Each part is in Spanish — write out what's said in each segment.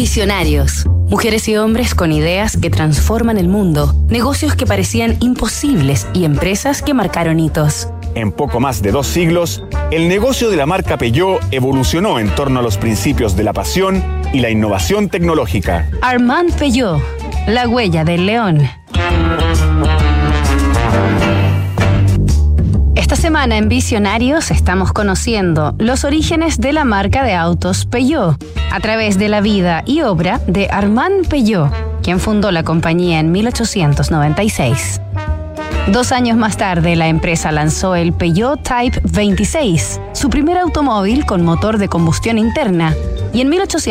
Visionarios. Mujeres y hombres con ideas que transforman el mundo, negocios que parecían imposibles y empresas que marcaron hitos. En poco más de 2 siglos, el negocio de la marca Peugeot evolucionó en torno a los principios de la pasión y la innovación tecnológica. Armand Peugeot, la huella del león. Esta semana en Visionarios estamos conociendo los orígenes de la marca de autos Peugeot a través de la vida y obra de Armand Peugeot, quien fundó la compañía en 1896. 2 años más tarde, la empresa lanzó el Peugeot Type 26, su primer automóvil con motor de combustión interna, y en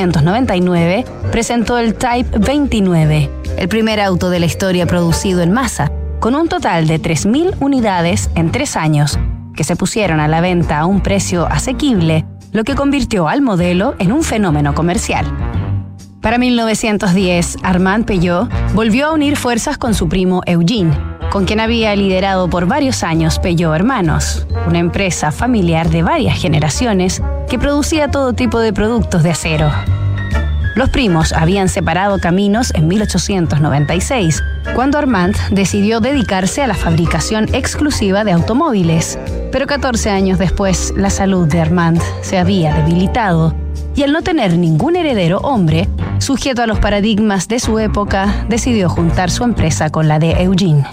1899 presentó el Type 29, el primer auto de la historia producido en masa, con un total de 3.000 unidades en 3 años, que se pusieron a la venta a un precio asequible, lo que convirtió al modelo en un fenómeno comercial. Para 1910, Armand Peugeot volvió a unir fuerzas con su primo Eugene, con quien había liderado por varios años Peugeot Hermanos, una empresa familiar de varias generaciones que producía todo tipo de productos de acero. Los primos habían separado caminos en 1896, cuando Armand decidió dedicarse a la fabricación exclusiva de automóviles. Pero 14 años después, la salud de Armand se había debilitado, y al no tener ningún heredero hombre, sujeto a los paradigmas de su época, decidió juntar su empresa con la de Eugene.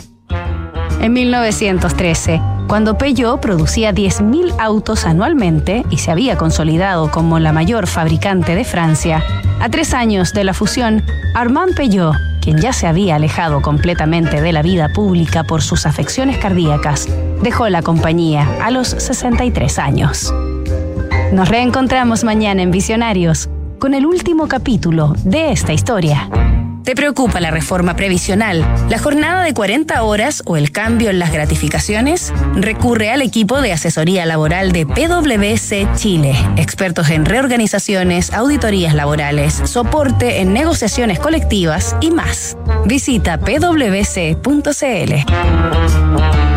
En 1913, cuando Peugeot producía 10.000 autos anualmente y se había consolidado como la mayor fabricante de Francia, a 3 años de la fusión, Armand Peugeot, quien ya se había alejado completamente de la vida pública por sus afecciones cardíacas, dejó la compañía a los 63 años. Nos reencontramos mañana en Visionarios con el último capítulo de esta historia. ¿Te preocupa la reforma previsional, la jornada de 40 horas o el cambio en las gratificaciones? Recurre al equipo de asesoría laboral de PwC Chile, expertos en reorganizaciones, auditorías laborales, soporte en negociaciones colectivas y más. Visita pwc.cl.